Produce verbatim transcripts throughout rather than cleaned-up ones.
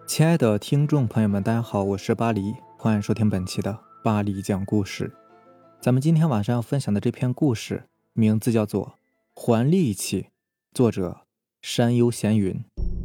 亲爱的听众朋友们，大家好，我是巴黎，欢迎收听本期的巴黎讲故事。咱们今天晚上要分享的这篇故事名字叫做《还力气》，作者山幽闲云。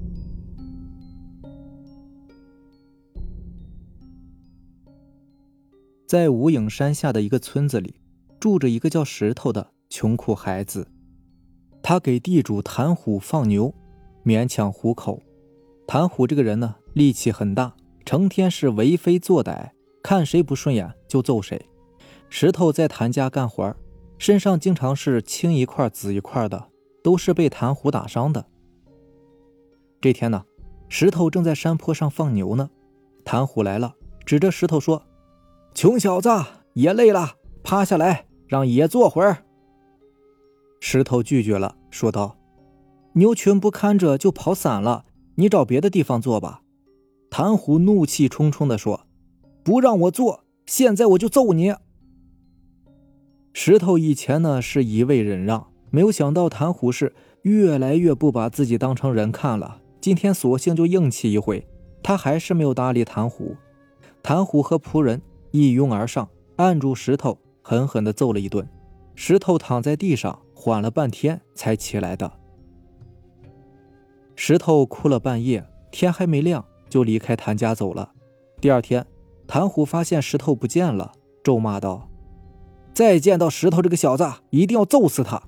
在无影山下的一个村子里，住着一个叫石头的穷苦孩子。他给地主谭虎放牛，勉强糊口。谭虎这个人呢，力气很大，成天是为非作歹，看谁不顺眼就揍谁。石头在谭家干活，身上经常是青一块紫一块的，都是被谭虎打伤的。这天呢，石头正在山坡上放牛呢，谭虎来了，指着石头说：“穷小子，爷累了，趴下来，让爷坐会儿。”石头拒绝了，说道：“牛群不看着就跑散了，你找别的地方坐吧。”谭虎怒气冲冲地说：“不让我坐，现在我就揍你！”石头以前呢是一味忍让，没有想到谭虎是越来越不把自己当成人看了，今天索性就硬气一回，他还是没有搭理谭虎。谭虎和仆人一拥而上，按住石头狠狠地揍了一顿，石头躺在地上缓了半天才起来的。石头哭了半夜，天还没亮就离开谭家走了。第二天，谭虎发现石头不见了，咒骂道：“再见到石头这个小子，一定要揍死他！”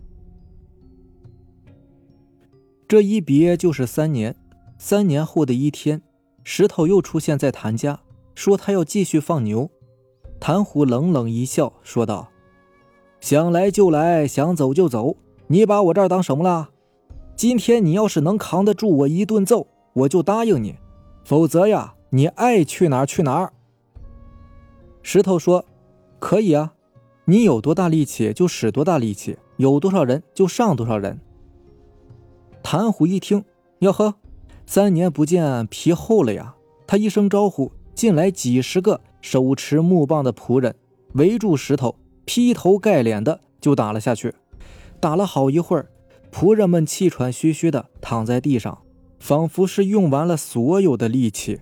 这一别就是三年。三年后的一天，石头又出现在谭家，说他要继续放牛。谭虎冷冷一笑，说道：“想来就来，想走就走，你把我这儿当什么了？今天你要是能扛得住我一顿揍，我就答应你，否则呀，你爱去哪儿去哪儿。”石头说：“可以啊，你有多大力气就使多大力气，有多少人就上多少人。”谭虎一听，哟呵，三年不见皮厚了呀。他一声招呼，进来几十个手持木棒的仆人，围住石头，劈头盖脸的就打了下去。打了好一会儿，仆人们气喘吁吁的躺在地上，仿佛是用完了所有的力气。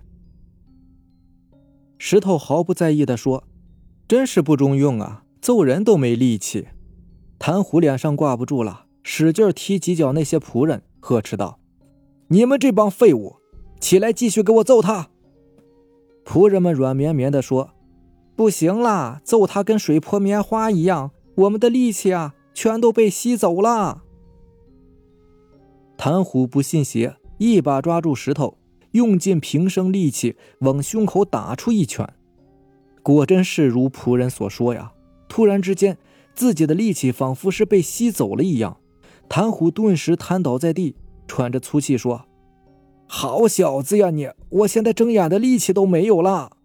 石头毫不在意地说：“真是不中用啊，揍人都没力气。”谭虎脸上挂不住了，使劲踢几脚那些仆人，呵斥道：“你们这帮废物，起来继续给我揍他！”仆人们软绵绵地说：“不行啦，揍他跟水泼棉花一样，我们的力气啊，全都被吸走了。”谭虎不信邪，一把抓住石头，用尽平生力气往胸口打出一拳。果真是如仆人所说呀，突然之间自己的力气仿佛是被吸走了一样，谭虎顿时瘫倒在地，喘着粗气说：“好小子呀你，我现在睁眼的力气都没有了。”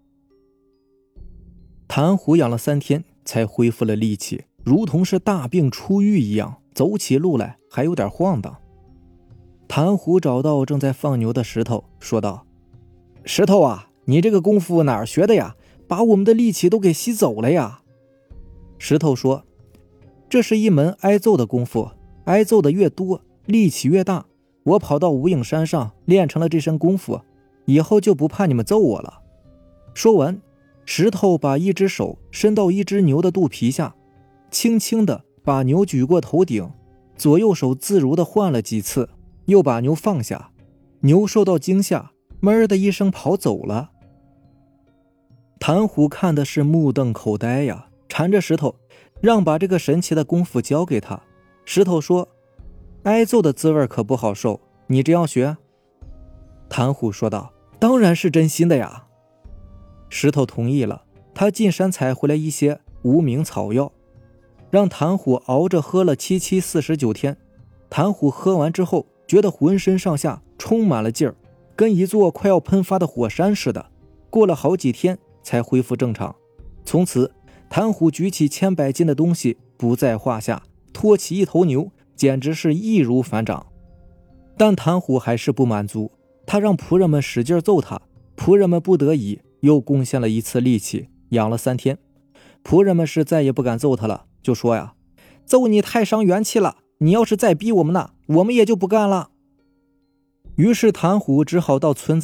谭虎养了三天才恢复了力气，如同是大病初愈一样，走起路来还有点晃荡。谭虎找到正在放牛的石头，说道：“石头啊，你这个功夫哪儿学的呀？把我们的力气都给吸走了呀。”石头说：“这是一门挨揍的功夫，挨揍的越多，力气越大。我跑到无影山上练成了这身功夫，以后就不怕你们揍我了。”说完，石头把一只手伸到一只牛的肚皮下，轻轻地把牛举过头顶，左右手自如地换了几次，又把牛放下。牛受到惊吓，闷的一声跑走了。谭虎看的是目瞪口呆呀，缠着石头让把这个神奇的功夫教给他。石头说：“挨揍的滋味可不好受，你这样学？”谭虎说道：“当然是真心的呀。”石头同意了，他进山采回来一些无名草药，让谭虎熬着喝了七七四十九天。谭虎喝完之后，觉得浑身上下充满了劲儿，跟一座快要喷发的火山似的。过了好几天才恢复正常。从此，谭虎举起千百斤的东西不在话下，拖起一头牛简直是易如反掌。但谭虎还是不满足，他让仆人们使劲揍他，仆人们不得已又贡献了一次力气，养了三天。仆人们是再也不敢揍他了，就说呀：“揍你太伤元气了，你要是再逼我们呢，我们也就不干了。”于是谭虎只好到村子里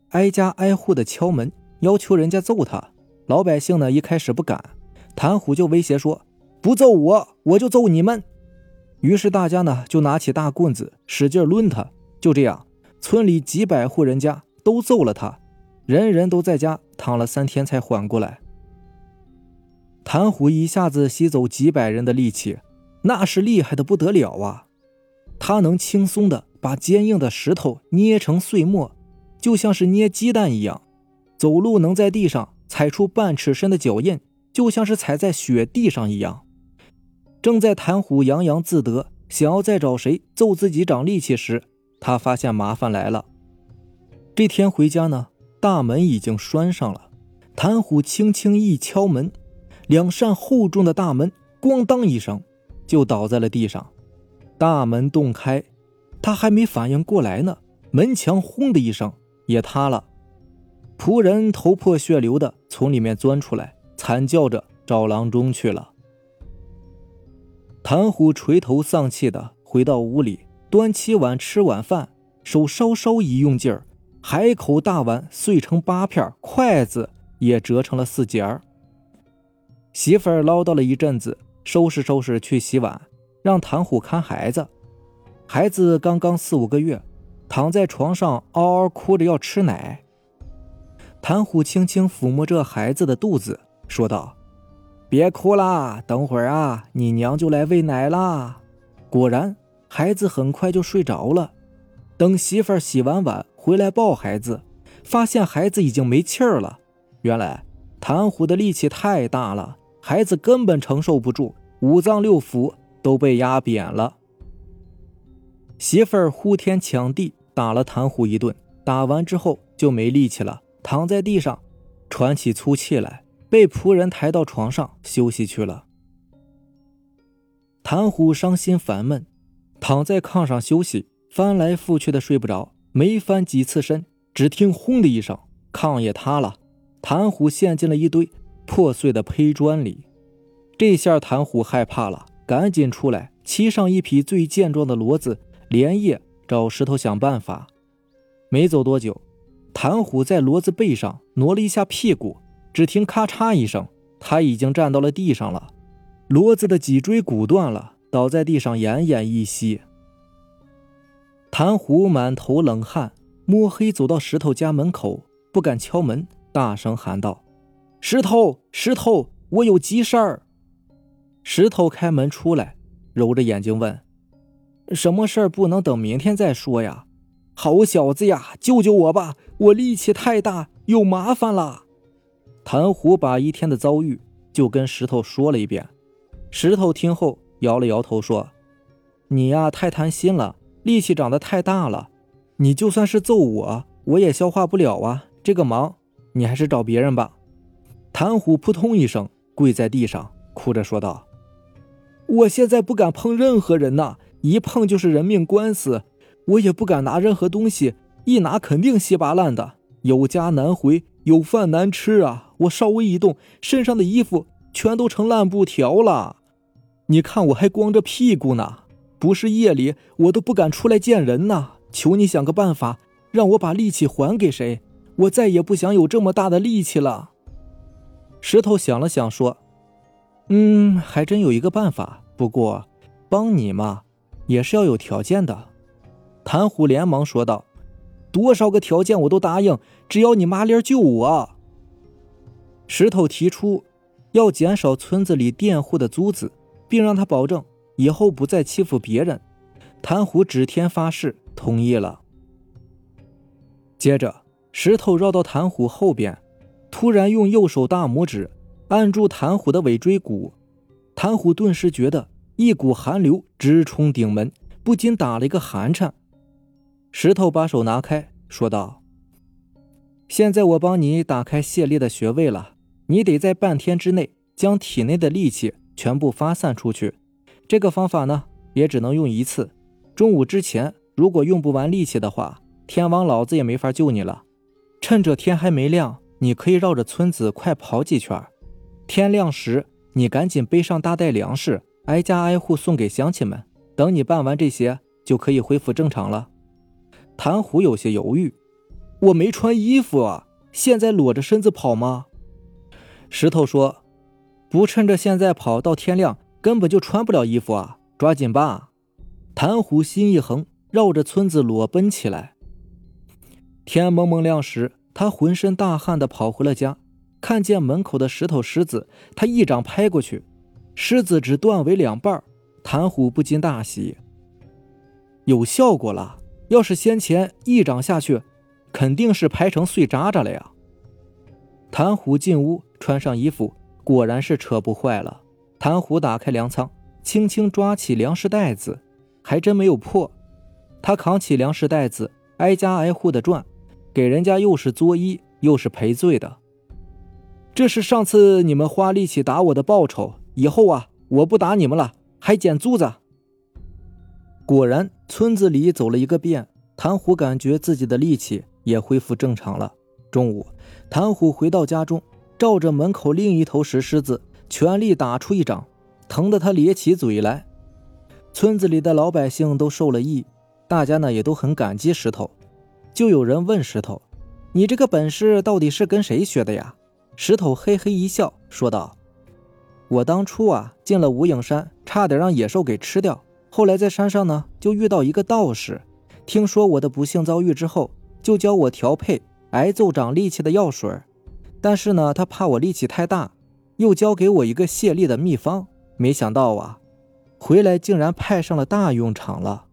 挨家挨户的敲门，要求人家揍他。老百姓呢一开始不敢，谭虎就威胁说，不揍我我就揍你们。于是大家呢就拿起大棍子使劲抡他。就这样，村里几百户人家都揍了他，人人都在家躺了三天才缓过来。谭虎一下子吸走几百人的力气，那是厉害的不得了啊！他能轻松的把坚硬的石头捏成碎末，就像是捏鸡蛋一样。走路能在地上踩出半尺深的脚印，就像是踩在雪地上一样。正在谭虎洋洋自得，想要再找谁揍自己长力气时，他发现麻烦来了。这天回家呢，大门已经拴上了。谭虎轻轻一敲门，两扇厚重的大门咣当一声就倒在了地上。大门洞开，他还没反应过来呢，门墙轰的一声也塌了。仆人头破血流的从里面钻出来，惨叫着找郎中去了。谭虎垂头丧气的回到屋里，端起碗吃晚饭，手稍稍一用劲儿，海口大碗碎成八片，筷子也折成了四节儿。媳妇儿唠叨了一阵子，收拾收拾去洗碗，让谭虎看孩子。孩子刚刚四五个月，躺在床上嗷嗷哭着要吃奶。谭虎轻轻抚摸着孩子的肚子，说道，别哭啦，等会儿啊，你娘就来喂奶啦。果然孩子很快就睡着了。等媳妇儿洗完碗回来抱孩子，发现孩子已经没气儿了。原来谭虎的力气太大了，孩子根本承受不住，五脏六腑都被压扁了。媳妇儿呼天抢地打了谭虎一顿，打完之后就没力气了，躺在地上喘起粗气来，被仆人抬到床上休息去了。谭虎伤心烦闷，躺在炕上休息，翻来覆去的睡不着，没翻几次身，只听轰的一声，炕也塌了，谭虎陷进了一堆破碎的胚砖里。这下谭虎害怕了，赶紧出来，骑上一匹最健壮的骡子，连夜找石头想办法。没走多久，谭虎在骡子背上挪了一下屁股，只听咔嚓一声，他已经站到了地上了。骡子的脊椎骨断了，倒在地上奄奄一息。谭虎满头冷汗，摸黑走到石头家门口，不敢敲门，大声喊道，石头，石头，我有急事儿。石头开门出来，揉着眼睛问，什么事儿不能等明天再说呀？好小子呀，救救我吧，我力气太大，有麻烦了。谭虎把一天的遭遇就跟石头说了一遍。石头听后摇了摇头说，你呀太贪心了，力气长得太大了，你就算是揍我我也消化不了啊，这个忙你还是找别人吧。谭虎扑通一声跪在地上，哭着说道，我现在不敢碰任何人呐，一碰就是人命官司，我也不敢拿任何东西，一拿肯定稀巴烂的，有家难回，有饭难吃啊，我稍微一动，身上的衣服全都成烂布条了。你看我还光着屁股呢，不是夜里我都不敢出来见人呢，求你想个办法，让我把力气还给谁，我再也不想有这么大的力气了。石头想了想说，嗯，还真有一个办法，不过帮你嘛也是要有条件的。谭虎连忙说道，多少个条件我都答应，只要你麻利救我。石头提出要减少村子里佃户的租子，并让他保证以后不再欺负别人。谭虎指天发誓同意了。接着石头绕到谭虎后边，突然用右手大拇指按住谭虎的尾椎骨，谭虎顿时觉得一股寒流直冲顶门，不禁打了一个寒颤。石头把手拿开说道，现在我帮你打开泄裂的穴位了，你得在半天之内将体内的力气全部发散出去。这个方法呢也只能用一次，中午之前如果用不完力气的话，天王老子也没法救你了。趁着天还没亮，你可以绕着村子快跑几圈，天亮时你赶紧背上大袋粮食，挨家挨户送给乡亲们，等你办完这些就可以恢复正常了。谭虎有些犹豫， 我没穿衣服啊，现在裸着身子跑吗？石头说，不趁着现在跑，到天亮根本就穿不了衣服啊，抓紧吧。谭虎心一横，绕着村子裸奔起来。天蒙蒙亮时，他浑身大汗地跑回了家，看见门口的石头狮子，他一掌拍过去，狮子只断为两半，谭虎不禁大喜，有效果了，要是先前一掌下去，肯定是拍成碎渣渣了呀。谭虎进屋，穿上衣服，果然是扯不坏了。谭虎打开粮仓，轻轻抓起粮食袋子，还真没有破。他扛起粮食袋子，挨家挨户的转，给人家又是作揖又是赔罪的。这是上次你们花力气打我的报酬，以后啊，我不打你们了，还捡租子。果然，村子里走了一个遍，谭虎感觉自己的力气也恢复正常了。中午，谭虎回到家中，照着门口另一头石狮子全力打出一掌，疼得他咧起嘴来。村子里的老百姓都受了益，大家呢也都很感激石头。就有人问石头，你这个本事到底是跟谁学的呀？石头嘿嘿一笑，说道，我当初啊进了无影山，差点让野兽给吃掉，后来在山上呢就遇到一个道士，听说我的不幸遭遇之后，就教我调配挨揍长力气的药水，但是呢他怕我力气太大，又教给我一个泄力的秘方，没想到啊回来竟然派上了大用场了。